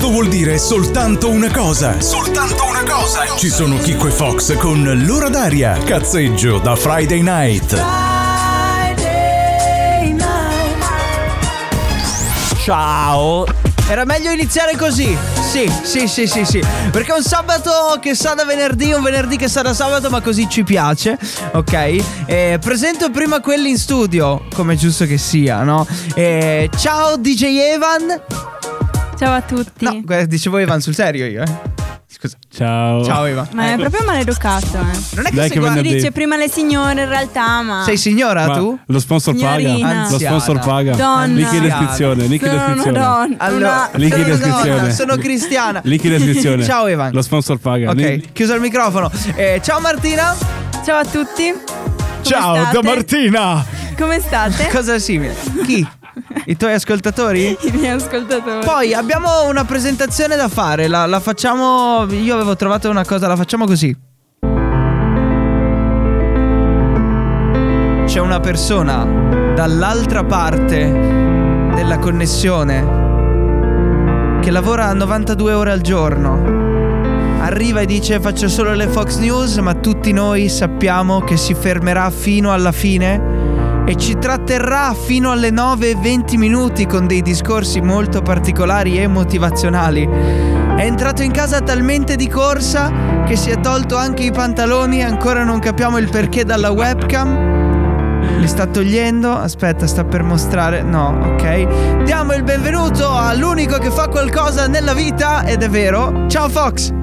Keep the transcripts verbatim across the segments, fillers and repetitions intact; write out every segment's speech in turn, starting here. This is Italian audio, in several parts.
Questo vuol dire soltanto una cosa. Soltanto una cosa. Ci sono Chicco e Fox con L'ora d'aria. Cazzeggio da Friday Night. Friday Night. Ciao. Era meglio iniziare così. Sì, sì, sì, sì, sì. Perché è un sabato che sa da venerdì, un venerdì che sa da sabato, ma così ci piace. Ok? Eh, presento prima quelli in studio, come è giusto che sia, no? Eh, ciao D J Evan. Ciao a tutti. No, dicevo Evan sul serio io, eh. Scusa. Ciao. Ciao Eva. Ma è Ecco. proprio maleducato, eh. Non è che Dai sei che qua- Si venerdì. dice prima le signore in realtà, ma Sei signora Ma tu? Lo sponsor Signorina. paga. Lo Anziana. sponsor paga. Donna. Link in descrizione. Link in sono una descrizione. donna. Allora, una- Link in sono una descrizione. donna, sono cristiana. Link in descrizione. Ciao Evan. Lo sponsor paga. Ok, Link- chiuso il microfono. Eh, ciao Martina. Ciao a tutti. Come Ciao state? da Martina. Come state? Cosa simile? Chi? I tuoi ascoltatori? I miei ascoltatori. Poi abbiamo una presentazione da fare. La, la facciamo. Io avevo trovato una cosa, la facciamo così. C'è una persona dall'altra parte della connessione che lavora novantadue ore al giorno. Arriva e dice: faccio solo le Fox News, ma tutti noi sappiamo che si fermerà fino alla fine e ci tratterrà fino alle nove e venti minuti con dei discorsi molto particolari e motivazionali. È entrato in casa talmente di corsa che si è tolto anche i pantaloni e ancora non capiamo il perché dalla webcam. Li sta togliendo. Aspetta, sta per mostrare. No, ok. Diamo il benvenuto all'unico che fa qualcosa nella vita, ed è vero. Ciao Fox.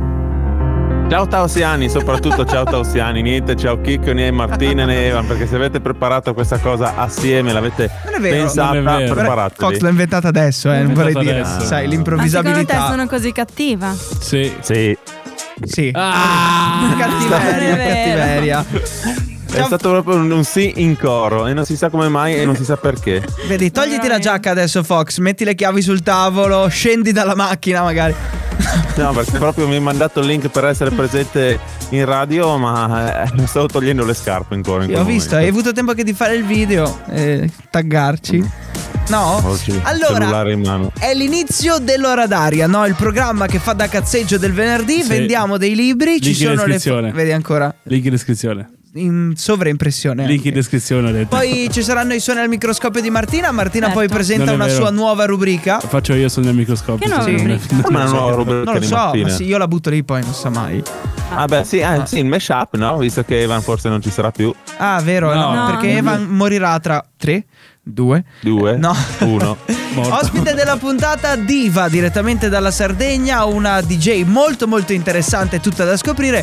Ciao Tausiani, soprattutto ciao Tausiani. Niente, ciao Chicco, né Martina né Evan, perché se avete preparato questa cosa assieme, l'avete Non è vero. pensata, Non è vero. preparatevi. Fox l'ha inventata adesso, eh, non vorrei inventata dire. adesso. Sai, Ma l'improvvisabilità. secondo te sono così cattiva? Sì. Sì, Sì. Ah. Cattiveria, Non è vero. cattiveria. è stato proprio un, un sì in coro e non si sa come mai e non si sa perché. Vedi, togliti la giacca adesso Fox, metti le chiavi sul tavolo, scendi dalla macchina magari. No, perché proprio mi hai mandato il link per essere presente in radio, ma eh, stavo togliendo le scarpe ancora. In Io quel ho visto, hai momento. avuto tempo anche di fare il video e taggarci. No? Oggi, Allora, cellulare in mano. è l'inizio dell'Ora d'aria, no? Il programma che fa da cazzeggio del venerdì. Sì. Vendiamo dei libri, ci Link in sono le descrizione. Vedi ancora? Link in descrizione. In sovraimpressione. Link in anche. descrizione ho detto. Poi ci saranno i suoni al microscopio di Martina. Martina Certo. poi presenta Non è una vero. sua nuova rubrica. Faccio io sul mio microscopio. Che nuova sì. rubrica? Come una nuova rubrica Non lo di so, Martina. ma sì, io la butto lì poi non so mai. Ah beh sì, eh, sì, il mashup, no? Visto che Evan forse non ci sarà più. Ah, vero, no, No. perché No. Evan morirà tra tre, due, Due, no. uno. Morto. Ospite della puntata Diva, direttamente dalla Sardegna, una D J molto molto interessante, tutta da scoprire.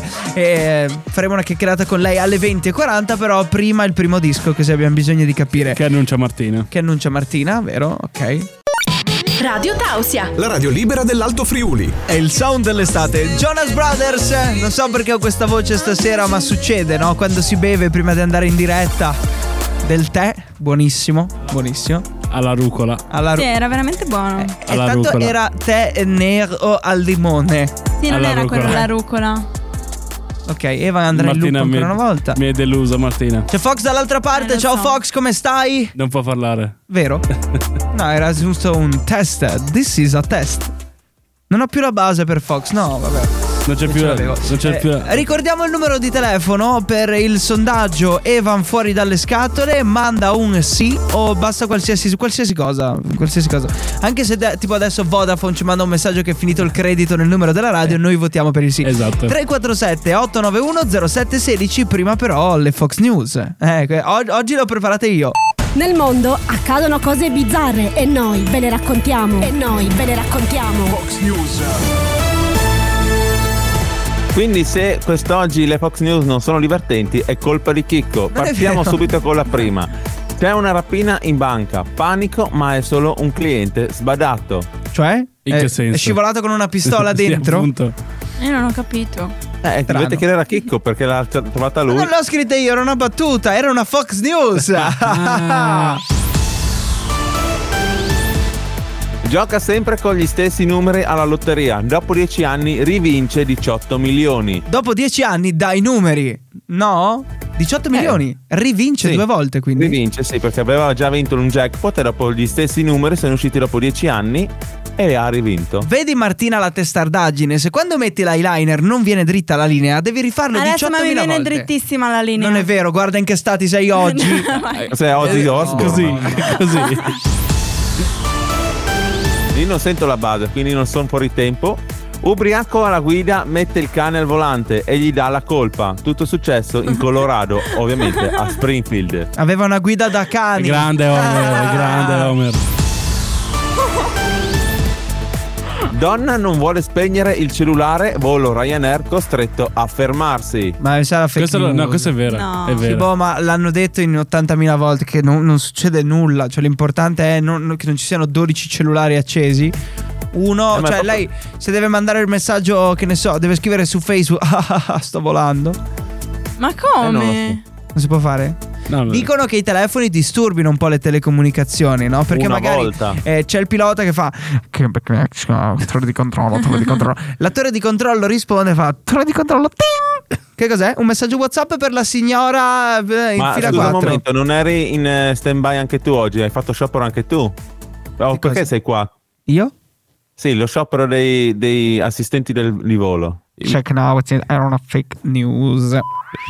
E faremo una chiacchierata con lei alle venti e quaranta, però prima il primo disco, così abbiamo bisogno di capire Che annuncia Martina. che annuncia Martina, vero? Ok. Radio Tausia. La radio libera dell'Alto Friuli. È il sound dell'estate. Jonas Brothers. Non so perché ho questa voce stasera, ma succede, no? Quando si beve prima di andare in diretta. Del tè, buonissimo, buonissimo. Alla rucola. Alla Sì, ru- era veramente buono. E alla tanto rucola. era tè nero al limone. Sì, non alla era rucola. quello la rucola. Ok, Eva andrà in loop Martina ancora mi, una volta. mi hai deluso Martina. C'è Fox dall'altra parte. Eh, lo Ciao so. Fox, come stai? Non può parlare. Vero? No, era giusto un test. This is a test. Non ho più la base per Fox, no, vabbè. Non c'è Io più ce la, l'avevo. non c'è Eh, più la- Ricordiamo il numero di telefono per il sondaggio Evan fuori dalle scatole. Manda un sì o basta qualsiasi, qualsiasi cosa. Qualsiasi cosa. Anche se de- tipo adesso Vodafone ci manda un messaggio che è finito il credito nel numero della radio, noi votiamo per il sì. Esatto. tre quattro sette otto nove uno zero sette uno sei. Prima però le Fox News. Eh, que- og- oggi l'ho preparate io. Nel mondo accadono cose bizzarre e noi ve le raccontiamo. E noi ve le raccontiamo. Fox News. Quindi se quest'oggi le Fox News non sono divertenti è colpa di Chicco. Non è Partiamo vero. subito con la prima. C'è una rapina in banca, panico ma è solo un cliente sbadato. Cioè? In È- che senso? È scivolato con una pistola Sì, dentro? appunto. Io non ho capito. Eh, Strano. dovete chiedere a Chicco perché l'ha trovata Ma lui. non l'ho scritta io, era una battuta, era una Fox News. Ah. Gioca sempre con gli stessi numeri alla lotteria. Dopo dieci anni rivince diciotto milioni. Dopo dieci anni dai numeri, no? diciotto milioni. Rivince Sì. due volte quindi. Rivince, sì, perché aveva già vinto un jackpot e dopo gli stessi numeri sono usciti dopo dieci anni E ha rivinto. Vedi Martina la testardaggine, se quando metti l'eyeliner non viene dritta la linea, devi rifarlo Adesso ma mi diciottomila viene volte. drittissima la linea. Non è vero, guarda in che stati sei oggi. Se oggi Eh, Osborne. Così, così. Io non sento la base, quindi non sono fuori tempo. Ubriaco alla guida mette il cane al volante e gli dà la colpa. Tutto successo in Colorado, ovviamente a Springfield. Aveva una guida da cani. Grande Homer, grande Homer. Donna non vuole spegnere il cellulare, volo Ryanair costretto a fermarsi. Ma sarà fake Questo, news. no, questo è vero. No. È Sì, vero. boh, ma l'hanno detto in ottantamila volte che non, non succede nulla. Cioè l'importante è non- che non ci siano dodici cellulari accesi. Uno, Eh, ma cioè proprio- lei se deve mandare il messaggio, che ne so, deve scrivere su Facebook "Ah, sto volando". Ma Eh, non lo come? Non si può fare? No, no. Dicono che i telefoni disturbino un po' le telecomunicazioni, no? Perché Una magari volta. eh, c'è il pilota che fa che- che- torre di controllo, torre di controllo. La torre di controllo risponde e fa torre di controllo. Ting! Che cos'è? Un messaggio WhatsApp per la signora eh, in Ma fila scusa un quattro. momento, non eri in eh, stand-by anche tu oggi? Hai fatto sciopero anche tu? Oh, Che perché cosa? sei qua? Io? Sì, lo sciopero dei, dei assistenti del, di volo. Check now, it's- era una fake news.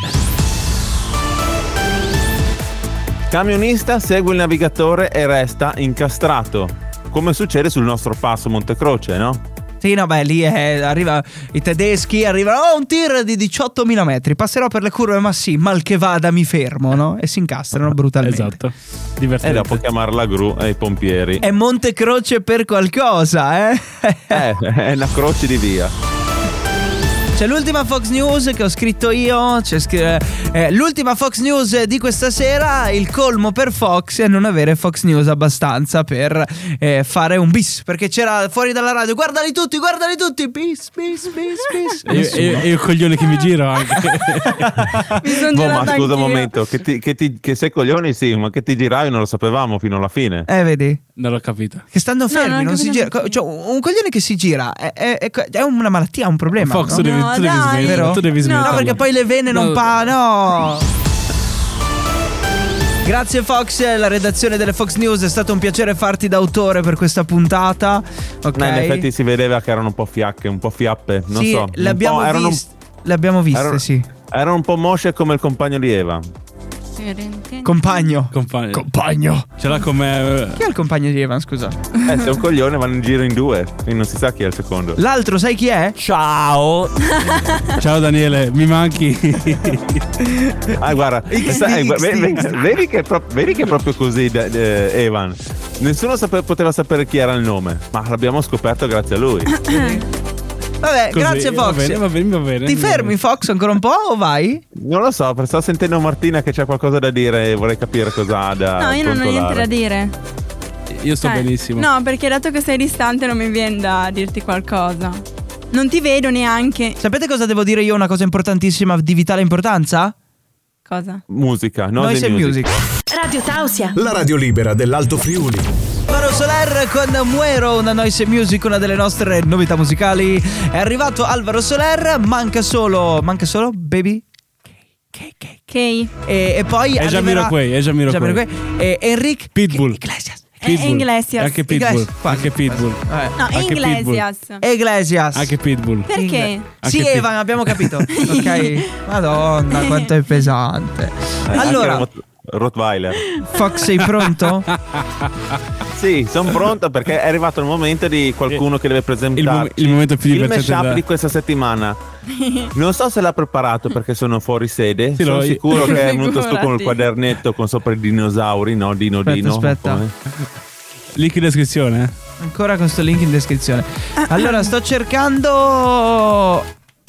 Camionista segue il navigatore e resta incastrato. Come succede sul nostro passo Montecroce, no? Sì, no, beh, lì è, arriva i tedeschi, arrivano, oh, un tir di diciottomila metri, passerò per le curve, ma sì, mal che vada mi fermo, no? E si incastrano brutalmente. Esatto. E Divertente. dopo chiamare la gru e i pompieri. È Montecroce per qualcosa, eh? Eh, è una croce di via. C'è l'ultima Fox News che ho scritto io. C'è scr- eh, l'ultima Fox News di questa sera. Il colmo per Fox è non avere Fox News abbastanza per eh, fare un bis. Perché c'era fuori dalla radio: guardali tutti, guardali tutti. Bis, bis, bis, bis. E io, io il coglione che mi giro anche. Mi sono Boh, ma girata scusa un anch'io. momento, che, ti, che, ti, che sei coglioni sì, ma che ti giravi non lo sapevamo fino alla fine. Eh, vedi? Non l'ho capito. Che stando fermi, non ho non, si gira. capito. Cioè, un coglione che si gira è, è- è- è una malattia, è un problema. Fox, no? tu devi, No, tu devi dai. smettere. Vero? Tu devi No, smetterla. No, perché poi le vene non No. pa. No. Grazie Fox, la redazione delle Fox News, è stato un piacere farti da autore per questa puntata. Ok. No, in effetti si vedeva che erano un po' fiacche, un po' fiappe, non sì, so. un le abbiamo po', erano, viste. Le abbiamo viste, erano- sì. erano un po' mosce come il compagno di Eva. Compagno. Compagno. Compagno. Ce l'ha con me. Chi è il compagno di Evan, scusa? Eh, se è un coglione vanno in giro in due, quindi non si sa chi è il secondo. L'altro, sai chi è? Ciao! Ciao Daniele, mi manchi. Ah, guarda, sai, X D, vedi, X D. vedi che è pro- vedi che è proprio così, de- de- Evan. Nessuno sape- poteva sapere chi era il nome, ma l'abbiamo scoperto grazie a lui. Vabbè, Così, grazie va Fox. bene, va bene, va bene. Ti Va fermi bene. Fox ancora un po' o vai? Non lo so, sto sentendo Martina che c'è qualcosa da dire e vorrei capire cosa ha da No, io non ho niente brontolare. da dire. Io sto Cioè, benissimo. No, perché dato che sei distante non mi viene da dirti qualcosa. Non ti vedo neanche. Sapete cosa devo dire io? Una cosa importantissima, di vitale importanza? Cosa? Musica, Noi noise sei music. music. Radio Tausia. La radio libera dell'Alto Friuli. Alvaro Soler con Muero, una noise music, una delle nostre novità musicali. È arrivato Alvaro Soler, manca solo, manca solo Baby K, K, K. Ok. E, e poi È arriverà Jamiroquai, è Jamiroquai. Jamiroquai. E Enric Pitbull. Iglesias. È Iglesias. Anche Pitbull. Iglesias, quasi, Anche Pitbull. Vabbè. No, Anche Iglesias. Iglesias. Anche Pitbull. Perché? Sì, Anche Evan, abbiamo capito. Ok. Madonna, quanto è pesante. Eh, Allora, anche Rot- Rottweiler. Fox, sei pronto? Sì, sono pronto perché è arrivato il momento di qualcuno che deve presentare Il, mom- il momento più il divertente mashup della- di questa settimana. Non so se l'ha preparato perché sono fuori sede. Sì, sono lo- sicuro che è venuto su con il Figurati. quadernetto con sopra i dinosauri, no? Dino Aspetta, Dino. aspetta. come? Link in descrizione. eh. Ancora questo link in descrizione. Allora, sto cercando.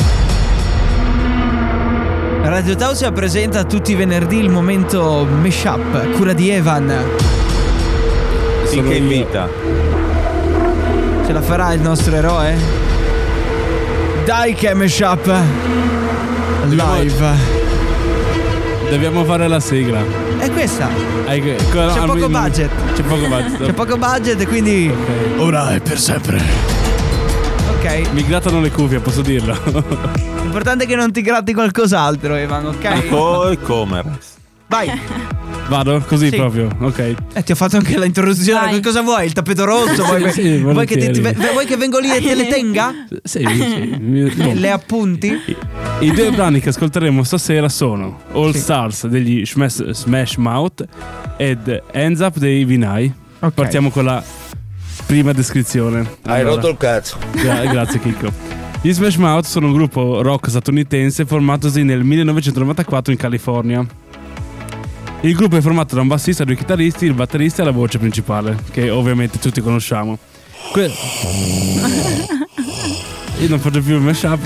Radio Tausia presenta tutti i venerdì il momento mashup, cura di Evan. Sì, Sono che io. invita. Ce la farà il nostro eroe? Dai che è mashup live. Dobbiamo fare la sigla. È questa. Hai che- co- C'è almeno- poco budget. C'è poco budget. C'è poco budget e quindi. Ok. Ora è per sempre. Ok. Mi grattano le cuffie, posso dirlo. L'importante è che non ti gratti qualcos'altro, Evan, ok? Ecco e come. Vai. Vado così Sì. proprio, ok. Eh, ti ho fatto anche l'introduzione. Vai. Che cosa vuoi? Il tappeto rosso? Vuoi, Sì, sì, vuoi, che ti- ti- volentieri. vuoi che vengo lì e te le tenga? Sì, sì. Mi- boh. Le appunti? I, I due brani che ascolteremo stasera sono All Sì. Stars degli Smash, Smash Mouth ed Hands Up dei Vinai. Ok. Partiamo con la prima descrizione. Hai Allora, rotto il cazzo. gra- grazie Chicco. Gli Smash Mouth sono un gruppo rock statunitense formatosi nel millenovecentonovantaquattro in California. Il gruppo è formato da un bassista, due chitarristi, il batterista e la voce principale, che ovviamente tutti conosciamo. Que- Io non faccio più il mashup.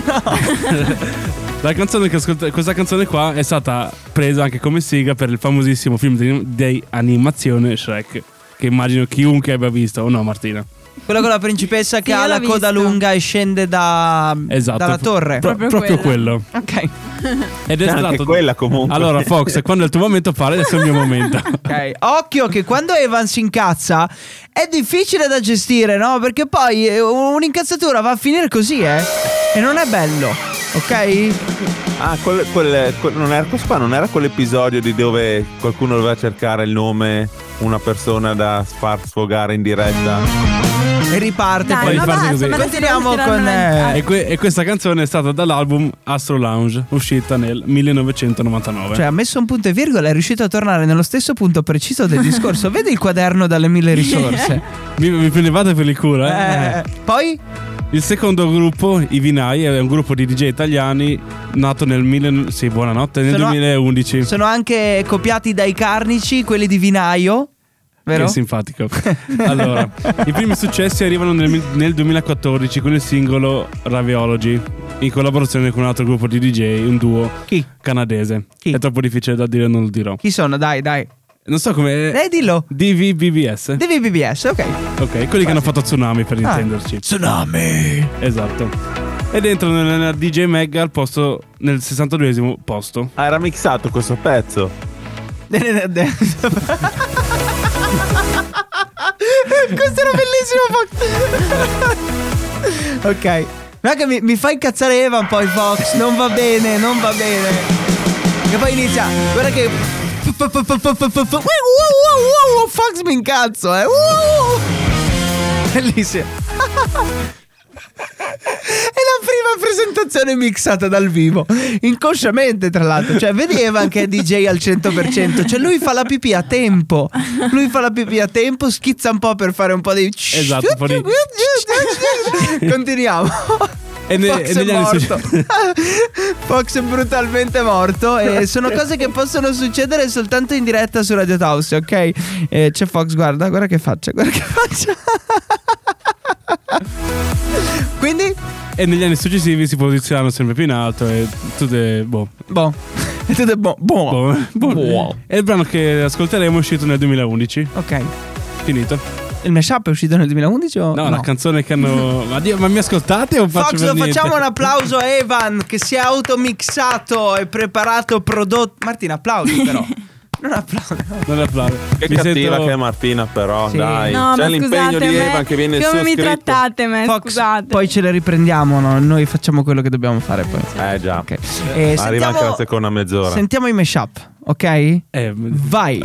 La canzone che ascolta- questa canzone qua è stata presa anche come sigla per il famosissimo film di, di animazione Shrek, che immagino chiunque abbia visto, o no Martina? Quello con la principessa che Sì, ha io la l'ho coda visto. lunga e scende da, Esatto. dalla torre. Pro- Proprio proprio quella. quello. Ok. Ed è Anche stato quella comunque. Allora Fox, quando è il tuo momento parli, adesso è il mio momento. Ok, occhio che quando Evan si incazza è difficile da gestire, no? Perché poi eh, un'incazzatura va a finire così, eh? E non è bello, ok? Ah, quel, quel- quel- non era, questo qua non era quell'episodio di dove qualcuno doveva cercare il nome, una persona da far sfogare in diretta. E riparte Dai, poi. ma farsi basta, così. ma adesso Continuiamo non stiranno con, avanti. eh, E, que- e questa canzone è stata dall'album Astro Lounge, uscita nel millenovecentonovantanove. Cioè, ha messo un punto e virgola, è riuscito a tornare nello stesso punto preciso del discorso. Vedi il quaderno dalle mille risorse. mi, mi prendevate per il culo, eh? Eh, poi? Il secondo gruppo, i Vinai, è un gruppo di D J italiani nato nel mille... Sì, buonanotte, nel Sono- duemilaundici. Sono anche copiati dai Carnici, quelli di Vinaio. Vero? Che simpatico. Allora, i primi successi arrivano nel, nel duemilaquattordici con il singolo Raviology, in collaborazione con un altro gruppo di D J, un duo Chi? canadese. Chi? È troppo difficile da dire, non lo dirò. Chi sono? Dai, dai. Non so come. Eh, dillo. D V B B S. D V B B S, ok. Ok, quelli che hanno fatto Tsunami per Ah. intenderci. Tsunami. Esatto. Ed entrano nella D J Mag al posto, nel sessantaduesimo posto. Ah, era mixato questo pezzo. Questo era bellissimo, Fox. Ok. Ma che mi, mi fa incazzare Evan poi, Fox. Non va bene, non va bene. E poi inizia. Guarda che. Fox mi incazzo, eh. Bellissimo. È la prima presentazione mixata dal vivo, inconsciamente tra l'altro. Cioè vedi Evan che è D J al cento per cento. Cioè lui fa la pipì a tempo. Lui fa la pipì a tempo, schizza un po' per fare un po' di. Esatto, un po' di- Continuiamo. E, ne- Fox e è negli anni morto. successivi. Fox è brutalmente morto. E sono cose che possono succedere soltanto in diretta su Radio Tausia, ok? E c'è Fox, guarda, guarda che faccia, guarda che faccia. Quindi? E negli anni successivi si posizionano sempre più in alto e tutte. Boh. Boh. E tu de- boh. Boh. Boh. boh. Boh. E il brano che ascolteremo è uscito nel duemilaundici. Ok. Finito. Il mashup è uscito nel duemilaundici o No, la canzone che hanno. Ma, Dio, ma mi ascoltate o faccio Fox, per lo niente? facciamo un applauso a Evan che si è automixato e preparato prodotto. Martina, applausi però. Non applausi. Non applaudo. Che Mi cattiva sento- che è Martina, però, Sì. dai. No, C'è ma l'impegno scusate di me, Evan che viene come mi sottoscritto. trattate me, Fox, scusate. poi ce le riprendiamo, no? Noi facciamo quello che dobbiamo fare poi. Eh già. Ok. Eh, Arriva anche la seconda mezz'ora. Sentiamo i mashup, ok? Eh, Vai.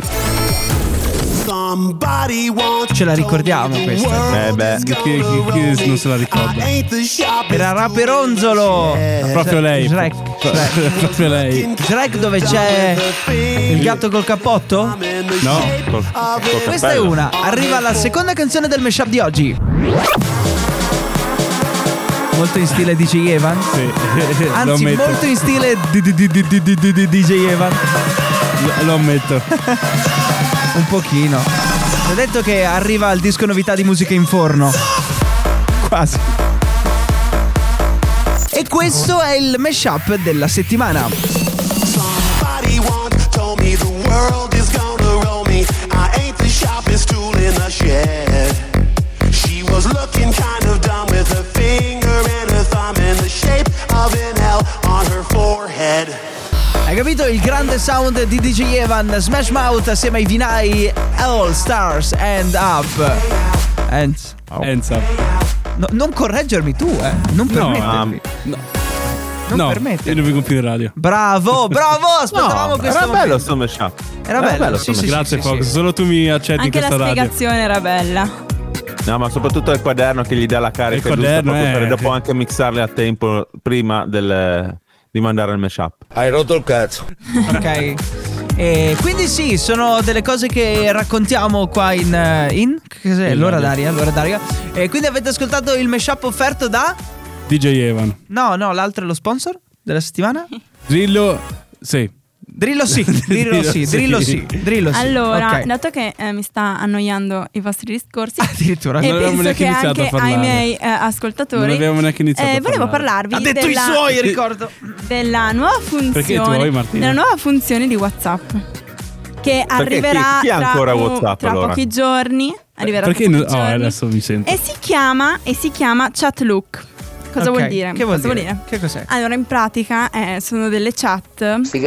Ce la ricordiamo questa. Eh beh. chi, chi- chi non se la ricorda? Era Raperonzolo. Proprio lei. Shrek. Shrek. Proprio lei. Shrek dove c'è il gatto col cappotto? No? Col- col Questa è cappello. una. Arriva la seconda canzone del mashup di oggi. Molto in stile D J Evan. Sì. Lo Anzi, ammetto. molto in stile D- D- D- D- D- D- D- D J Evan. Lo- Lo ammetto. Un pochino. Ho detto che arriva il disco novità di musica in forno. Quasi. E questo è il mashup della settimana. Somebody once told me the world is gonna roll me. I ain't the sharpest tool in the shed. She was looking kind of dumb with a finger and a thumb in the shape of an L on her forehead. Hai capito il grande sound di D J Evan, Smash Mouth assieme ai Vinai, All Stars and Up. And Enza. no, non correggermi tu, eh. Non No, permettermi. no. Non no, permette. io non vengo più in radio. Bravo, bravo, aspettavamo No, questo era momento. bello sto mashup. Era bello, sì, sto sì, Grazie sì, Fox, sì. solo tu mi accetti Anche in la questa radio. spiegazione era bella. No, ma soprattutto il quaderno che gli dà la carica Il giusta quaderno, proprio eh. per dopo anche mixarle a tempo prima del, di mandare il mashup. Hai rotto il cazzo. Ok. E quindi sì, sono delle cose che raccontiamo qua in... eh, in che cos'è? In L'ora radio. d'aria, l'ora d'aria. E quindi avete ascoltato il mashup offerto da... D J Evan. No, no, l'altro è lo sponsor della settimana? Drillo, sì. Drillo sì, Drillo sì, Drillo sì, Drillo sì. Allora, Ok. dato che eh, mi sta annoiando i vostri discorsi Addirittura. e Non avevamo penso neanche che iniziato a anche ai parlare. miei eh, ascoltatori, Non avevamo neanche iniziato eh, a volevo parlare. parlarvi Ha detto della, i suoi, ricordo. della nuova Perché tu funzione vuoi, Martina? della nuova funzione di WhatsApp che arriverà chi- chi ha tra, ancora un- WhatsApp, tra allora? pochi giorni. Arriverà Perché tra no- pochi oh, giorni. adesso mi sento. E si chiama e si chiama Chatlook. Cosa Ok, vuol dire? Che vuol Cosa dire? Che cos'è? Allora, in pratica eh, sono delle chat che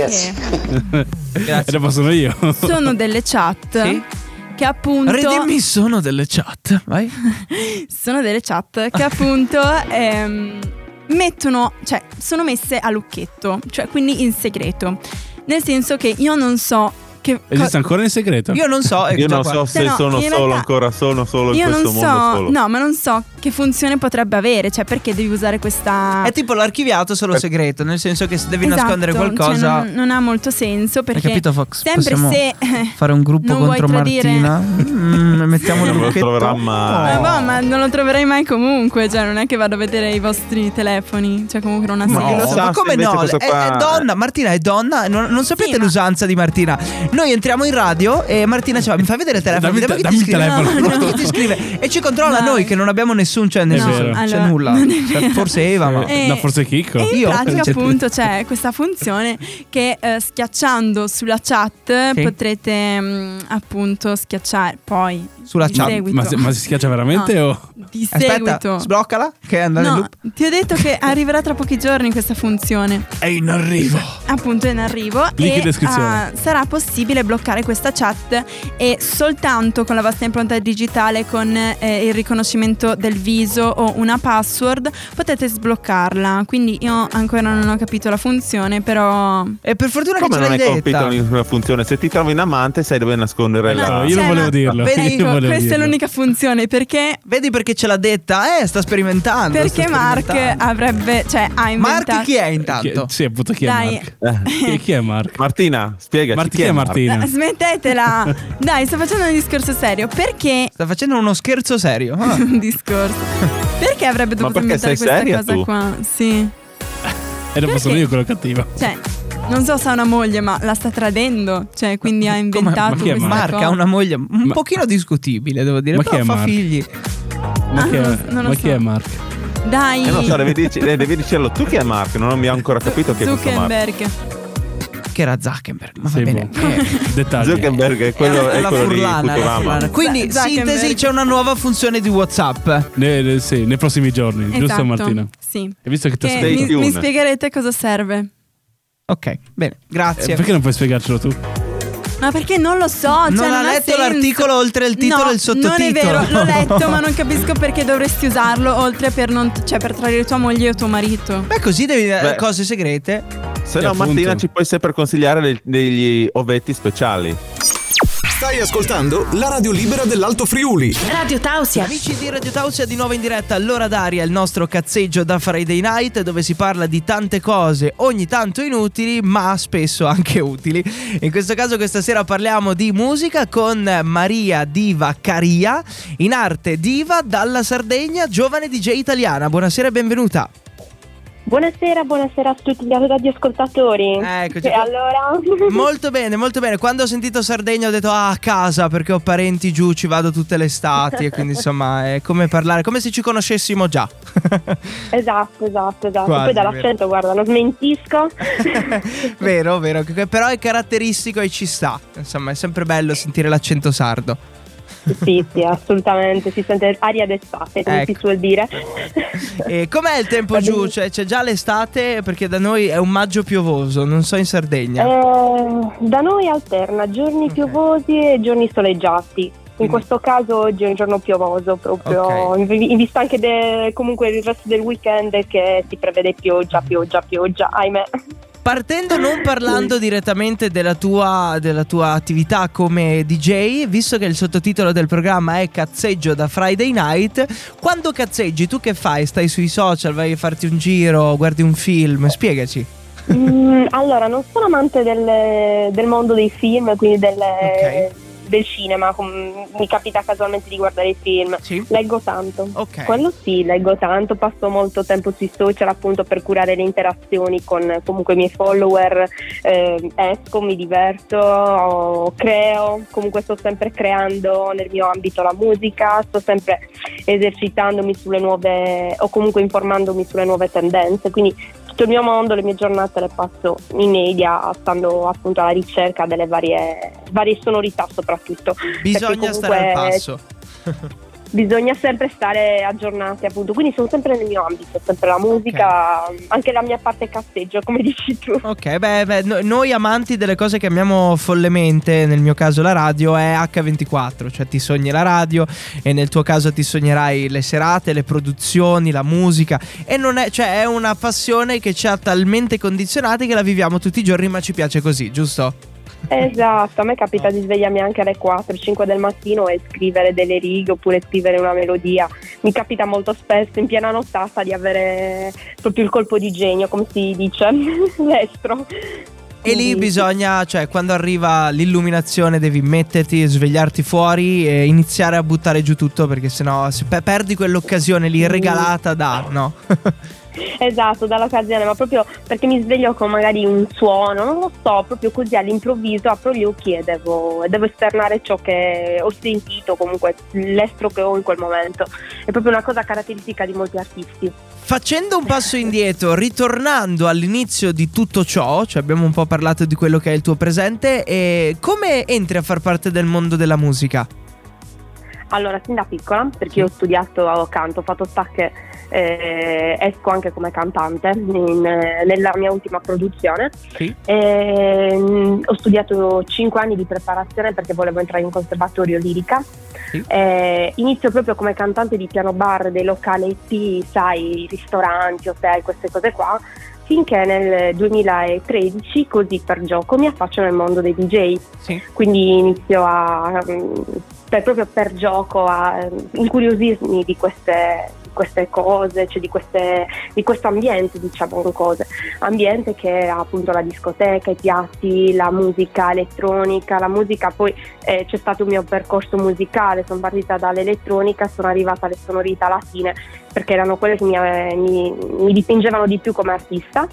E dopo sono io. sono delle chat Sì? che appunto Redimmi sono delle chat, vai. sono delle chat che appunto ehm, mettono, cioè sono messe a lucchetto, cioè quindi in segreto. Nel senso che io non so che co- Esiste ancora in segreto? Io non so, ecco Io già non qua. so se Cioè, no, sono in solo realtà- ancora sono solo in io questo non mondo so, solo. no, ma non so che funzione potrebbe avere, cioè perché devi usare questa È tipo l'archiviato solo segreto, nel senso che se devi Esatto, nascondere cioè qualcosa. non, non ha molto senso perché capito, Fox? sempre Possiamo se eh, fare un gruppo non vuoi contro tradire- Martina. Mm, mettiamo il Non lo lucchetto. troverà mai. Ma, boh, ma non lo troverai mai comunque, cioè non è che vado a vedere i vostri telefoni, cioè comunque non ha No, senso. lo so. ma come Invece no? questo È, qua- è donna, Martina è donna. Non, non sapete Sì, ma- l'usanza di Martina. Noi entriamo in radio e Martina ci va, mi fai vedere il telefono? Dammi il Vediamo te- chi ti dammi il scrive. telefono. No, vediamo chi ti scrive. E ci controlla Dai. noi che non abbiamo nessun, cioè nel È senso, vero. c'è Allora, nulla. non è Cioè, vero. forse Eva, ma Eh, No, forse Chicco. E in Io? pratica Cioè- appunto c'è questa funzione che eh, schiacciando sulla chat Sì. potrete mh, appunto schiacciare poi Sulla di chat. seguito. Ma, se- ma si schiaccia veramente No. o? Di aspetta, seguito. sbloccala che è andata in No, loop. ti ho detto che arriverà tra pochi giorni questa funzione. È in arrivo. Appunto è in arrivo. Link e in descrizione. ah, sarà possibile bloccare questa chat e soltanto con la vostra impronta digitale, con eh, il riconoscimento del viso o una password potete sbloccarla. Quindi io ancora non ho capito la funzione, però E per fortuna Come che ce non l'hai hai detta. capito nessuna funzione? Se ti trovi un amante sai dove nascondere No, la... io non cioè, volevo ma- dirlo. vedi, Io ecco, volevo questa è dirlo. l'unica funzione perché Vedi perché ce l'ha detta? Eh, sta sperimentando. perché sta Mark sperimentando. avrebbe, cioè ha inventato Mark chi è Chi- intanto? sì, appunto, chi è Dai. Mark? Chi, chi è Mark? Martina, spiegaci. Marti, chi è Mark? Martina? Eh, smettetela. Dai, sto facendo un discorso serio. Perché Sta facendo uno scherzo serio. Ah. un discorso? Perché avrebbe dovuto perché inventare sei questa seria cosa tu? qua? Sì. E dopo sono Perché? io quello cattivo. Cioè, non so se ha una moglie, ma la sta tradendo. Cioè, quindi ha inventato ma chi è questa Mark cosa. ha una moglie un Ma- pochino discutibile, devo dire. Ma Però chi è fa Mark? figli. Ma, Ah, chi, è, non- non lo ma so. chi è Mark? Dai, Eh, non so, devi, dici- eh, devi dircelo tu che è Mark. Non abbiamo ancora capito che è questo Mark. Zuckerberg. Che era Zuckerberg. Ma va Sì, bene. boh. Eh, Dettagli. Zuckerberg è quello, è la quello di furlana, la Futurama. furlana. Quindi, Zuckerberg. sintesi, c'è una nuova funzione di WhatsApp. Ne- ne- sì, nei prossimi giorni, giusto Esatto. Martina? Sì. Hai visto che ti Che Stay mi, tuned. mi spiegherete cosa serve. Ok, bene, grazie. Eh, perché non puoi spiegarcelo tu? Ma perché non lo so, cioè, Non ha ha letto senso. l'articolo oltre il titolo No, e il sottotitolo. Non è vero, l'ho letto, ma non capisco perché dovresti usarlo oltre per non, cioè per tradire tua moglie o tuo marito. Beh, così devi dare Beh. cose segrete. Se Eh, no, appunto. Martina ci puoi sempre consigliare del- degli ovetti speciali. Stai ascoltando la radio libera dell'Alto Friuli. Radio Tausia. Amici di Radio Tausia, di nuovo in diretta all'ora d'aria, il nostro cazzeggio da Friday Night, dove si parla di tante cose, ogni tanto inutili, ma spesso anche utili. In questo caso questa sera parliamo di musica con Maria Diva Caria, in arte diva dalla Sardegna, giovane D J italiana. Buonasera e benvenuta. Buonasera, buonasera a tutti gli radioascoltatori. Eccoci E qua. allora? Molto bene, molto bene. Quando ho sentito Sardegna ho detto ah, a casa, perché ho parenti giù, ci vado tutte le estati e quindi insomma è come parlare, come se ci conoscessimo già. Esatto, esatto, esatto. Quasi, Poi dall'accento, guarda, non smentisco. Vero, vero, che- però è caratteristico e ci sta. Insomma, è sempre bello sentire l'accento sardo. Sì, sì, assolutamente. Si sente aria d'estate, come Ecco. si suol dire. E com'è il tempo giù? Cioè, c'è già l'estate? Perché da noi è un maggio piovoso, non so in Sardegna. Eh, da noi alterna giorni piovosi e giorni soleggiati. In questo caso oggi è un giorno piovoso proprio, Ok. in, in vista anche de, comunque il resto del weekend che si prevede pioggia, pioggia, pioggia, ahimè. Partendo non parlando direttamente della tua, della tua attività come D J, visto che il sottotitolo del programma è Cazzeggio da Friday Night, quando cazzeggi tu che fai? Stai sui social, vai a farti un giro, guardi un film? Spiegaci. Mm, allora, non sono amante del, del mondo dei film, quindi del, Ok. del cinema, com- mi capita casualmente di guardare i film, Sì. leggo tanto. Ok. Quello sì, leggo tanto, passo molto tempo sui social appunto per curare le interazioni con comunque i miei follower, eh, esco, mi diverto, creo, comunque sto sempre creando nel mio ambito la musica, sto sempre esercitandomi sulle nuove o comunque informandomi sulle nuove tendenze, quindi tutto il mio mondo, le mie giornate le passo in media stando appunto alla ricerca delle varie, varie sonorità soprattutto. Bisogna Perché stare al comunque passo. Bisogna sempre stare aggiornati appunto, quindi sono sempre nel mio ambito, sempre la musica, anche la mia parte cazzeggio come dici tu. Ok, beh, beh, no- noi amanti delle cose che amiamo follemente, nel mio caso la radio, è acca ventiquattro, cioè ti sogni la radio e nel tuo caso ti sognerai le serate, le produzioni, la musica, e non è, cioè è una passione che ci ha talmente condizionati che la viviamo tutti i giorni, ma ci piace così, giusto? Esatto, a me capita di svegliarmi anche alle quattro cinque del mattino e scrivere delle righe oppure scrivere una melodia. Mi capita molto spesso in piena nottata di avere proprio il colpo di genio, come si dice, l'estro. E lì bisogna, cioè quando arriva l'illuminazione devi metterti, svegliarti fuori e iniziare a buttare giù tutto, perché sennò se pe- perdi quell'occasione lì regalata da, no? Esatto, dall'occasione, ma proprio perché mi sveglio con magari un suono, non lo so, proprio così all'improvviso apro gli occhi e devo, devo esternare ciò che ho sentito, comunque l'estro che ho in quel momento. È proprio una cosa caratteristica di molti artisti. Facendo un passo indietro, ritornando all'inizio di tutto ciò, cioè abbiamo un po' parlato di quello che è il tuo presente, e come entri a far parte del mondo della musica? Allora, sin da piccola, perché io ho studiato canto, ho fatto sta che eh, esco anche come cantante in, nella mia ultima produzione. Sì. E, mh, ho studiato cinque anni di preparazione perché volevo entrare in conservatorio lirica. Sì. Eh, inizio proprio come cantante di piano bar, dei localetti, sai, ristoranti, hotel, queste cose qua, finché nel duemilatredici, così per gioco, mi affaccio nel mondo dei D J. Sì. Quindi inizio a per, proprio per gioco a incuriosirmi di queste, di queste cose, cioè di queste di questo ambiente, diciamo, cose ambiente che è appunto la discoteca, i piatti, la musica elettronica, la musica. Poi eh, c'è stato un mio percorso musicale, sono partita dall'elettronica, sono arrivata alle sonorità latine perché erano quelle che mi, mi, mi dipingevano di più come artista.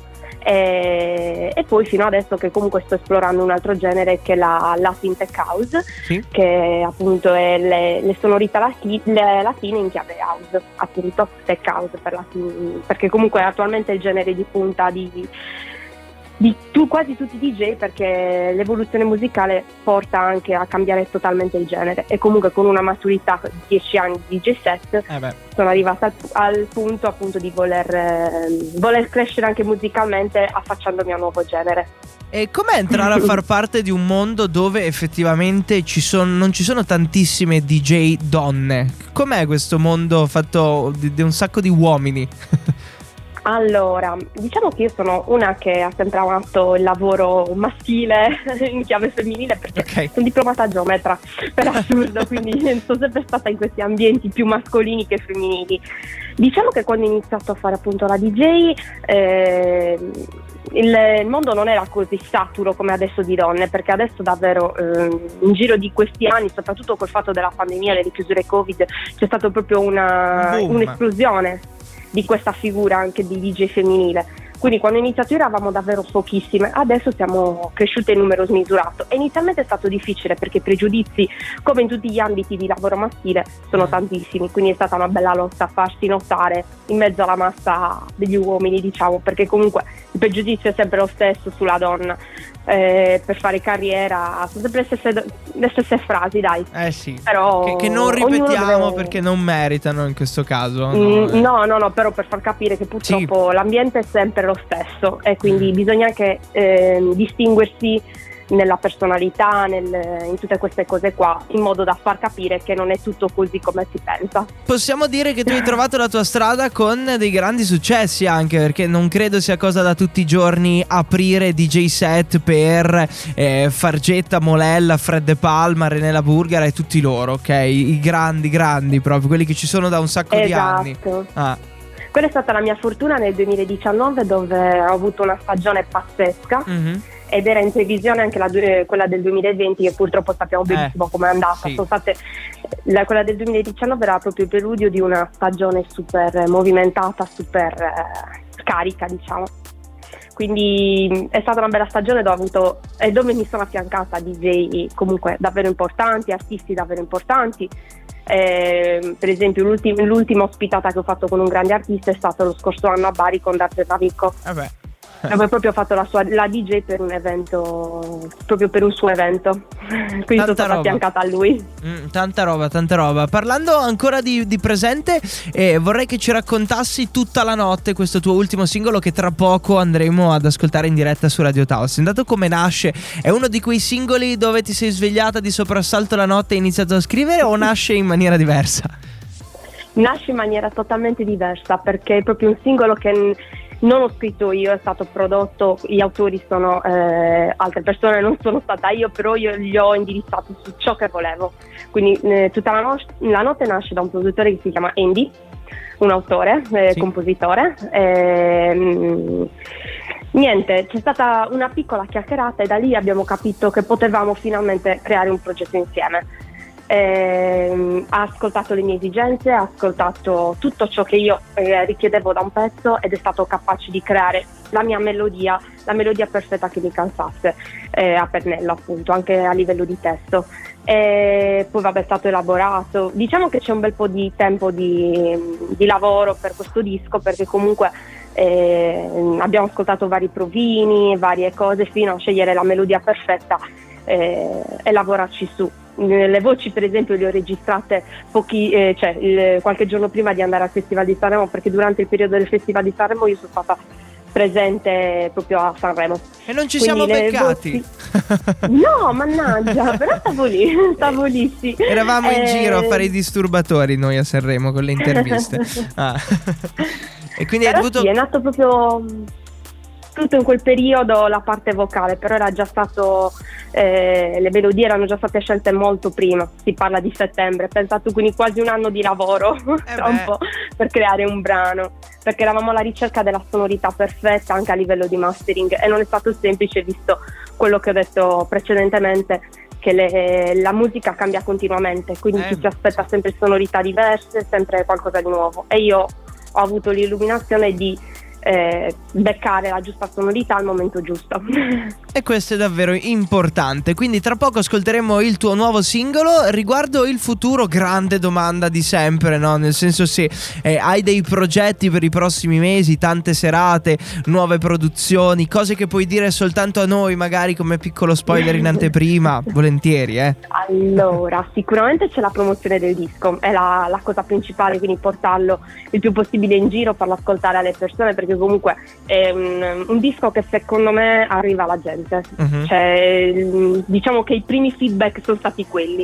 E, e poi fino adesso che comunque sto esplorando un altro genere che è la Latin Tech House, Sì. che appunto è le, le sonorità lati- le latine in chiave house, appunto Tech House per latini, perché comunque attualmente è il genere di punta di, di tu, quasi tutti i D J, perché l'evoluzione musicale porta anche a cambiare totalmente il genere, e comunque con una maturità di dieci anni di D J set Eh beh. sono arrivata al, al punto appunto di voler, eh, voler crescere anche musicalmente affacciandomi a un nuovo genere. E com'è entrare a far parte di un mondo dove effettivamente ci sono, non ci sono tantissime D J donne? Com'è questo mondo fatto di, di un sacco di uomini? Allora, diciamo che io sono una che ha sempre amato il lavoro maschile in chiave femminile, perché Ok. sono diplomata geometra per assurdo, quindi sono sempre stata in questi ambienti più mascolini che femminili. Diciamo che quando ho iniziato a fare appunto la D J, eh, il, il mondo non era così saturo come adesso di donne, perché adesso davvero eh, in giro di questi anni, soprattutto col fatto della pandemia, le chiusure Covid, c'è stato proprio una, Boom. un'esplosione di questa figura anche di D J femminile. Quindi quando ho iniziato io eravamo davvero pochissime, adesso siamo cresciute in numero smisurato, e inizialmente è stato difficile perché i pregiudizi, come in tutti gli ambiti di lavoro maschile, sono tantissimi, quindi è stata una bella lotta a farsi notare in mezzo alla massa degli uomini, diciamo, perché comunque il pregiudizio è sempre lo stesso sulla donna. Eh, per fare carriera sono sempre le stesse, le stesse frasi, dai. Eh sì. Però Che, che non ognuno ripetiamo deve- perché non meritano in questo caso. Mm, No, eh. No, no, no, però per far capire che purtroppo l'ambiente è sempre lo stesso, e quindi bisogna anche eh, distinguersi nella personalità, nel, in tutte queste cose qua, in modo da far capire che non è tutto così come si pensa. Possiamo dire che tu hai trovato la tua strada con dei grandi successi, anche perché non credo sia cosa da tutti i giorni aprire D J set per eh, Fargetta, Molella, Fred De Palma, René La Burgara e tutti loro, ok? I grandi, grandi proprio, quelli che ci sono da un sacco esatto. di anni. Ah. Quella è stata la mia fortuna nel duemiladiciannove, dove ho avuto una stagione pazzesca. Mm-hmm. Ed era in previsione anche la, quella del duemilaventi, che purtroppo sappiamo benissimo eh, come è andata. Sì. Sono state, la, quella del duemiladiciannove era proprio il preludio di una stagione super movimentata, super eh, carica, diciamo. Quindi è stata una bella stagione dove, ho avuto, e dove mi sono affiancata a D J comunque davvero importanti, artisti davvero importanti. Eh, per esempio l'ultima, l'ultima ospitata che ho fatto con un grande artista è stato lo scorso anno a Bari con Darge Ravico. Vabbè. Dove proprio fatto la sua la D J per un evento, proprio per un suo evento. Quindi tanta sono stata affiancata a lui. Mm, tanta roba, tanta roba. Parlando ancora di, di presente, eh, vorrei che ci raccontassi Tutta la notte, questo tuo ultimo singolo che tra poco andremo ad ascoltare in diretta su Radio Taos. Intanto, come nasce? È uno di quei singoli dove ti sei svegliata di soprassalto la notte e hai iniziato a scrivere, o nasce in maniera diversa? Nasce in maniera totalmente diversa, perché è proprio un singolo che non ho scritto io, è stato prodotto, gli autori sono eh, altre persone, non sono stata io, però io li ho indirizzati su ciò che volevo. Quindi eh, Tutta la, no- la notte nasce da un produttore che si chiama Andy, un autore, eh, sì. compositore. Eh, niente, c'è stata una piccola chiacchierata e da lì abbiamo capito che potevamo finalmente creare un progetto insieme. Eh, ha ascoltato le mie esigenze, ha ascoltato tutto ciò che io eh, richiedevo da un pezzo ed è stato capace di creare la mia melodia, la melodia perfetta che mi calzasse eh, a pennello, appunto, anche a livello di testo. E poi vabbè, è stato elaborato, diciamo che c'è un bel po' di tempo di, di lavoro per questo disco, perché comunque eh, abbiamo ascoltato vari provini, varie cose fino a scegliere la melodia perfetta eh, e lavorarci su. Le voci per esempio le ho registrate pochi, eh, cioè, il, qualche giorno prima di andare al Festival di Sanremo, perché durante il periodo del Festival di Sanremo io sono stata presente proprio a Sanremo. E non ci Quindi siamo beccati. Voci... No, mannaggia, però stavo lì, stavo lì sì. Eravamo in eh... giro a fare i disturbatori noi a Sanremo con le interviste. ah. E quindi però hai dovuto... Sì, è nato proprio tutto in quel periodo la parte vocale, però era già stato eh, le melodie erano già state scelte molto prima, si parla di settembre, pensato, quindi quasi un anno di lavoro eh un po' per creare un brano, perché eravamo alla ricerca della sonorità perfetta anche a livello di mastering e non è stato semplice, visto quello che ho detto precedentemente, che le, la musica cambia continuamente, quindi eh. ci si aspetta sempre sonorità diverse, sempre qualcosa di nuovo, e io ho avuto l'illuminazione di Eh, beccare la giusta sonorità al momento giusto. E questo è davvero importante. Quindi tra poco ascolteremo il tuo nuovo singolo. Riguardo il futuro, grande domanda di sempre, no? Nel senso, se eh, hai dei progetti per i prossimi mesi, tante serate, nuove produzioni, cose che puoi dire soltanto a noi, magari come piccolo spoiler in anteprima, volentieri eh. Allora, sicuramente c'è la promozione del disco, è la, la cosa principale, quindi portarlo il più possibile in giro, farlo ascoltare alle persone, perché comunque è un, un disco che secondo me arriva alla gente. Uh-huh. Cioè, diciamo che i primi feedback sono stati quelli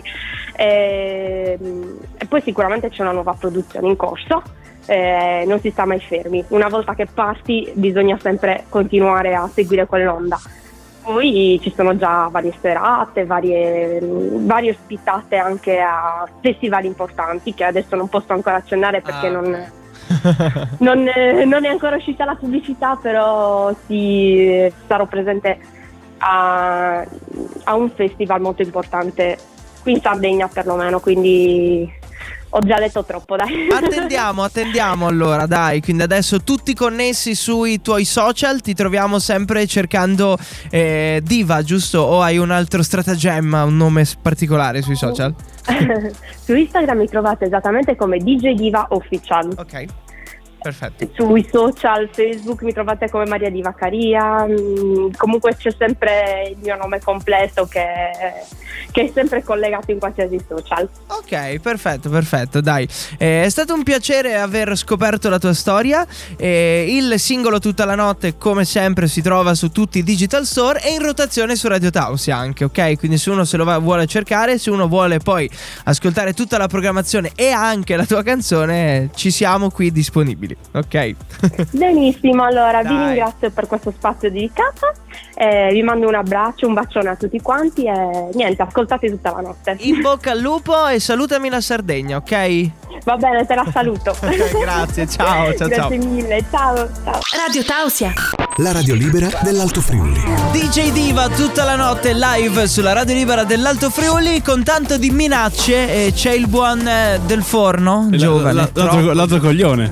e, e poi sicuramente c'è una nuova produzione in corso, eh, non si sta mai fermi, una volta che parti bisogna sempre continuare a seguire quell'onda. Poi ci sono già varie serate, varie, varie ospitate anche a festival importanti che adesso non posso ancora accennare perché ah. non Non, non è ancora uscita la pubblicità, però sì, sarò presente a, a un festival molto importante qui in Sardegna perlomeno, quindi ho già letto troppo, dai. Attendiamo, attendiamo allora, dai. Quindi adesso tutti connessi sui tuoi social, ti troviamo sempre cercando eh, Diva, giusto? O hai un altro stratagemma, un nome particolare sui social? Su Instagram mi trovate esattamente come D J Diva Official. Ok. Perfetto. Sui social, Facebook mi trovate come Maria Di Vaccaria, mm, comunque c'è sempre il mio nome completo che, che è sempre collegato in qualsiasi social. Ok, perfetto, perfetto, dai. Eh, è stato un piacere aver scoperto la tua storia. Eh, il singolo Tutta la notte, come sempre, si trova su tutti i digital store e in rotazione su Radio Tausia anche, ok? Quindi se uno se lo va, vuole cercare, se uno vuole poi ascoltare tutta la programmazione e anche la tua canzone, ci siamo qui disponibili. Ok. Benissimo, allora vi Dai. ringrazio per questo spazio dedicato, eh, vi mando un abbraccio, un bacione a tutti quanti e niente, ascoltate tutta la notte. In bocca al lupo e salutami la Sardegna, ok? Va bene, te la saluto. Grazie, ciao, ciao, ciao. Grazie mille, ciao, ciao. Radio Tausia. La radio libera dell'Alto Friuli. D J Diva tutta la notte live sulla radio libera dell'Alto Friuli con tanto di minacce. E c'è il buon eh, del forno, La- giovane, la- l'altro, troppo- l'altro coglione.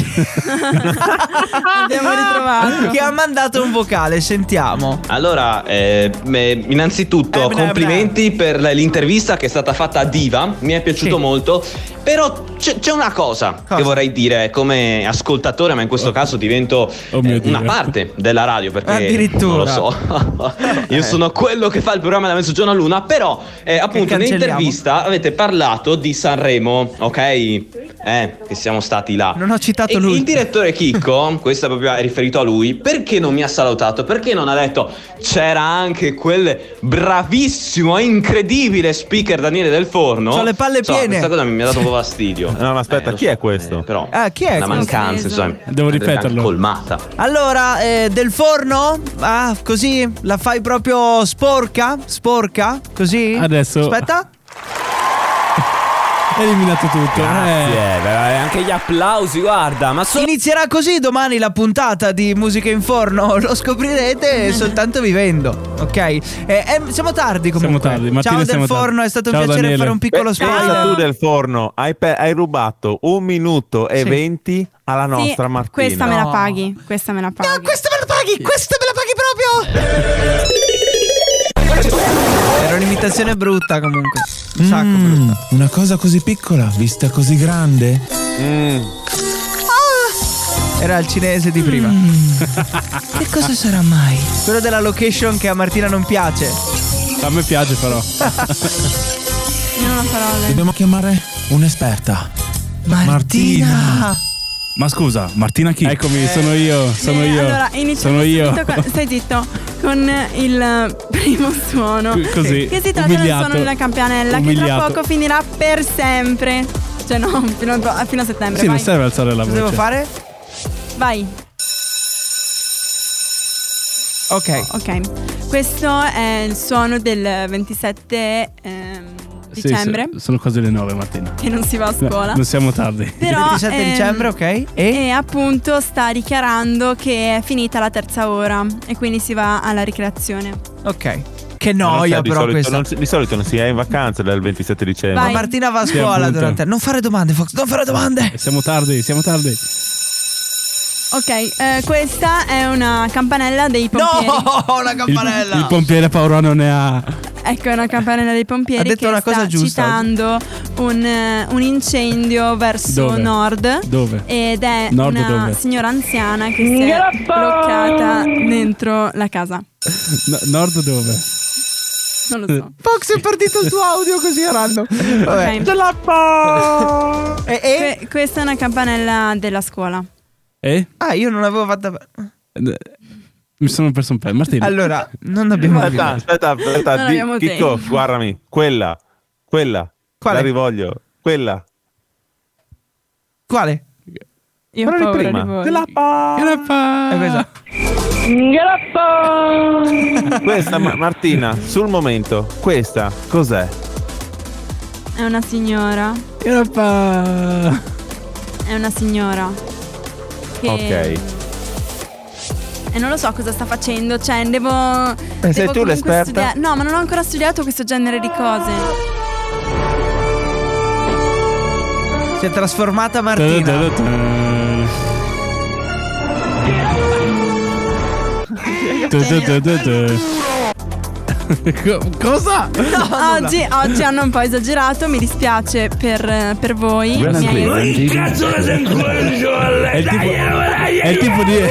Abbiamo ritrovato. che ha mandato un vocale, sentiamo. Allora, eh, me- innanzitutto Eh, bla, complimenti per l'intervista che è stata fatta a Diva, mi è piaciuto Sì. molto, però c'è, c'è una cosa, Cosa? che vorrei dire come ascoltatore, ma in questo caso divento Oh mio eh, Dio. una parte della radio, perché Addirittura. non lo so, io sono quello che fa il programma da mezzogiorno a luna, però eh, appunto cancelliamo. nell'intervista avete parlato di Sanremo, ok? Eh, che siamo stati là. Non ho citato E lui. il direttore Chicco, questo è proprio riferito a lui, perché non mi ha salutato? Perché non ha detto c'era anche quel bravissimo, incredibile speaker Daniele Del Forno? C'ho le palle So, piene. Questa cosa mi ha dato un po' fastidio. No, ma aspetta, lo chi è questo? eh, però Ah, chi è una questo? mancanza, insomma. Devo andrebbe ripeterlo. anche colmata. Allora, eh, del forno? Ah, così? La fai proprio sporca? Sporca? Così? Adesso- Aspetta. Eliminato tutto. Grazie, beh, anche gli applausi, guarda, ma so- Inizierà così domani la puntata di Musica in Forno. Lo scoprirete soltanto vivendo. Ok? Eh, eh, siamo tardi comunque. Siamo tardi, Martina, Ciao del siamo forno, tardi. è stato Ciao, un piacere Daniele. fare un piccolo Beh, pensa spoiler. tu del forno, hai, pe- hai rubato un minuto e Sì. venti alla nostra Sì, Martina. questa me la No. paghi. Questa me la paghi. No, questa me la paghi, questa me la paghi proprio. Era un'imitazione brutta comunque. Un sacco brutta. Una cosa così piccola, vista così grande. Mm. Era il cinese di prima. che cosa sarà mai? Quello della location che a Martina non piace. A me piace però. Io non ho parole. Dobbiamo chiamare un'esperta. Martina. Ma scusa, Martina chi? Eccomi, sono io, sono Eh, io. Allora, iniziamo sono io. subito con- stai zitto. Con il primo suono. Così, Che si tratta del umiliato. suono della campanella, che tra Umiliato. poco finirà per sempre. Cioè no, fino a, fino a settembre. Sì, non vai. serve alzare la Cosa voce. devo fare? Vai. Ok. Ok. Questo è il suono del ventisette ehm, Sì, dicembre. sì, sono quasi le nove, Martina. Che non si va a scuola. Non siamo tardi. Però, ventisette ehm, dicembre, ok? E? E appunto sta dichiarando che è finita la terza ora e quindi si va alla ricreazione. Ok. Che Ma non noia sai, di però solito, questa. non si- di solito non si è in vacanza dal ventisette dicembre. Ma Vai. Martina va a Sì, scuola appunto. durante. Non fare domande, Fox, non fare domande. Siamo tardi, siamo tardi. Ok, eh, questa è una campanella dei pompieri. No, una Il, campanella. il pompiere paura non ne ha. Ecco, è una campanella dei pompieri Ha detto che una cosa sta giusta citando un, eh, un incendio verso Dove? nord. Dove? Ed è Nord una dove? signora anziana che si è bloccata dentro la casa. No, nord dove? Non lo so. Fox è partito il tuo audio così a random. Vabbè. Ok. E, e? Que- questa è una campanella della scuola. Eh? Ah, io non avevo fatto. Mi sono perso un pezzo. Martina. Allora, non abbiamo Aspetta, aspetta, aspetta, Non di- abbiamo Chicco, tempo. guardami, quella, quella, Quale? la rivoglio, quella. Quale? Io ho Quella di paura prima. di voi. Della pa- È questa. Questa, Ma- Martina, sul momento, questa cos'è? È una signora. Europpa. È una signora. Che Ok. E non lo so cosa sta facendo. Cioè, devo. sei devo tu comunque l'esperta? studiare- No, ma non ho ancora studiato questo genere di cose. Si è trasformata Martina. Cosa? No, oggi, oggi hanno un po' esagerato, mi dispiace per, per voi. Miei... Cazzo la sento è il tipo, è il tipo di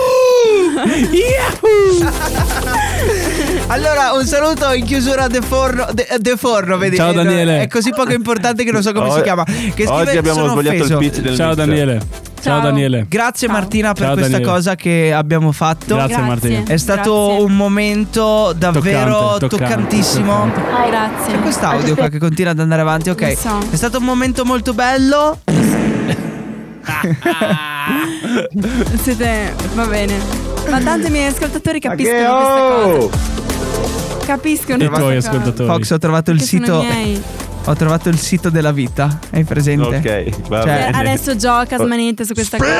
Allora, un saluto in chiusura de forno, de, de forno, vedi? Ciao Daniele. È così poco importante che non so come O- si chiama. Che scrive, Oggi abbiamo sono sbagliato offeso. il pitch del Ciao mixer. Daniele. Ciao, Ciao. Daniele. Grazie Ciao. Martina per Ciao, questa Daniele. cosa che abbiamo fatto. Grazie, Martina. È stato Grazie. un momento davvero Toccante, toccante, toccantissimo. toccante. Grazie. C'è quest'audio qua che continua ad andare avanti, ok. Lo so. È stato un momento molto bello. Siete. Va bene. Ma tanto i miei ascoltatori Ma che capiscono questa oh! cosa. Capiscono I questa tuoi cosa. ascoltatori. Fox, ho trovato il Che sono sito. i miei. Ho trovato il sito della vita. Hai presente? Ok, va Cioè, bene. Adesso gioca smanette su questa cosa.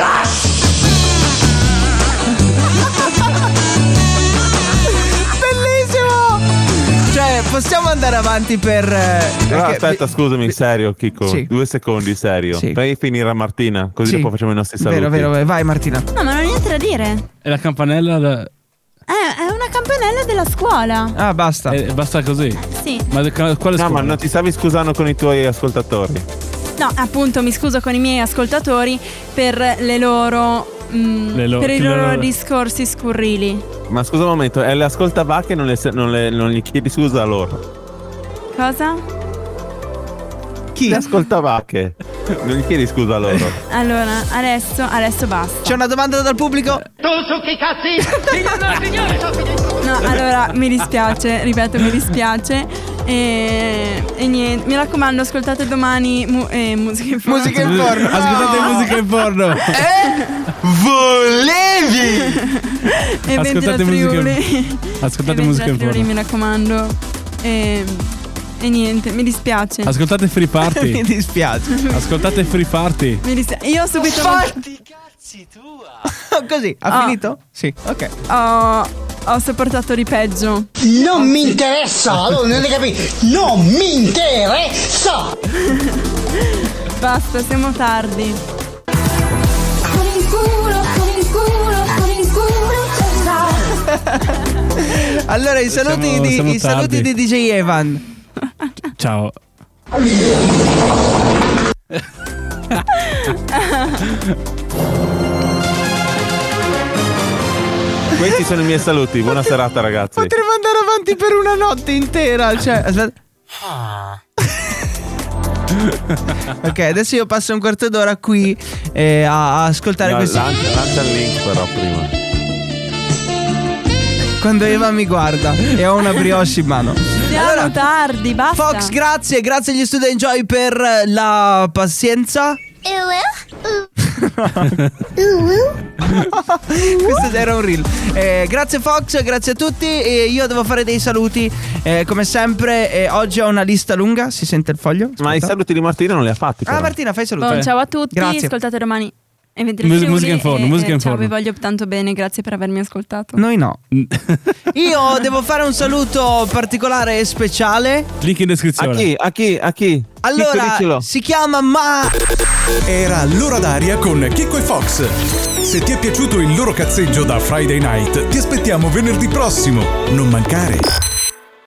Bellissimo! Cioè, possiamo andare avanti per. eh, Però perché- aspetta, scusami, serio, Chicco. Sì. Due secondi, serio. Sì. Fai finire a Martina, così Sì. dopo facciamo i nostri saluti. Vero, vero, vero. Vai Martina. No, ma non ho niente da dire. E la campanella da- Eh, è una campanella della scuola. Ah, basta. eh, basta così. Sì. Ma de- quale No, scuola? ma non ti stavi scusando con i tuoi ascoltatori. No, appunto, mi scuso con i miei ascoltatori per le loro. mm, Le lo- per i che le loro loro- discorsi scurrili. Ma scusa un momento, e le ascoltavacche non, le, non, le, non gli chiedi scusa a loro? Cosa? Chi? Le ascoltavacche. Non gli chiedi scusa a loro. Allora, adesso, adesso basta. C'è una domanda dal pubblico? Tu su che cazzi? No, allora, mi dispiace, ripeto, mi dispiace. E, e niente, mi raccomando, ascoltate domani mu- eh, musica in forno. Musica in forno. Ascoltate musica in forno. Volevi! E Ventila Ascoltate musica in- Friuli. Ascoltate E musica in Ventila Friuli, forno. mi raccomando. E, e niente, mi dispiace. Ascoltate Free Mi Party. dispiace. Ascoltate Free Party. Mi dispiace. Io ho subito. Fatti cazzi tua. Così, ha Ah. finito? Sì, ok. Ho, ho sopportato di peggio. Non mi interessa, allora non hai capito? Non mi interessa! Basta, siamo tardi. Con il culo, con il culo, con il culo. Allora, i saluti, Siamo- di, siamo i saluti tardi. di D J Evan. Ciao. Questi sono i miei saluti. Buona serata, ragazzi. Potremmo andare avanti per una notte intera. Cioè, aspetta. Ok, adesso io passo un quarto d'ora qui eh, a, a ascoltare No, questi. lancia, lancia il link però prima. Quando Eva mi guarda e ho una brioche in mano. Siamo tardi, basta. Fox, grazie, grazie agli Studio Enjoy per la pazienza. Questo era un reel. Eh, grazie Fox, grazie a tutti. E io devo fare dei saluti. Eh, come sempre, eh, oggi ho una lista lunga. Si sente il foglio? Ma i Aspetta. saluti di Martina non li ha fatti. Ah, però. Martina, fai saluti. Buon ciao a tutti, Grazie. ascoltate domani. E Ventila Mus- Friuli musica in forno, e- musica in e ciao, forno. vi voglio tanto bene, grazie per avermi ascoltato. Noi no. Io devo fare un saluto particolare e speciale. Link in A descrizione. chi? A chi? A chi? Chicco, Allora, diccelo. si chiama Ma. Era l'ora d'aria con Chicco e Fox. Se ti è piaciuto il loro cazzeggio da Friday Night, ti aspettiamo venerdì prossimo. Non mancare.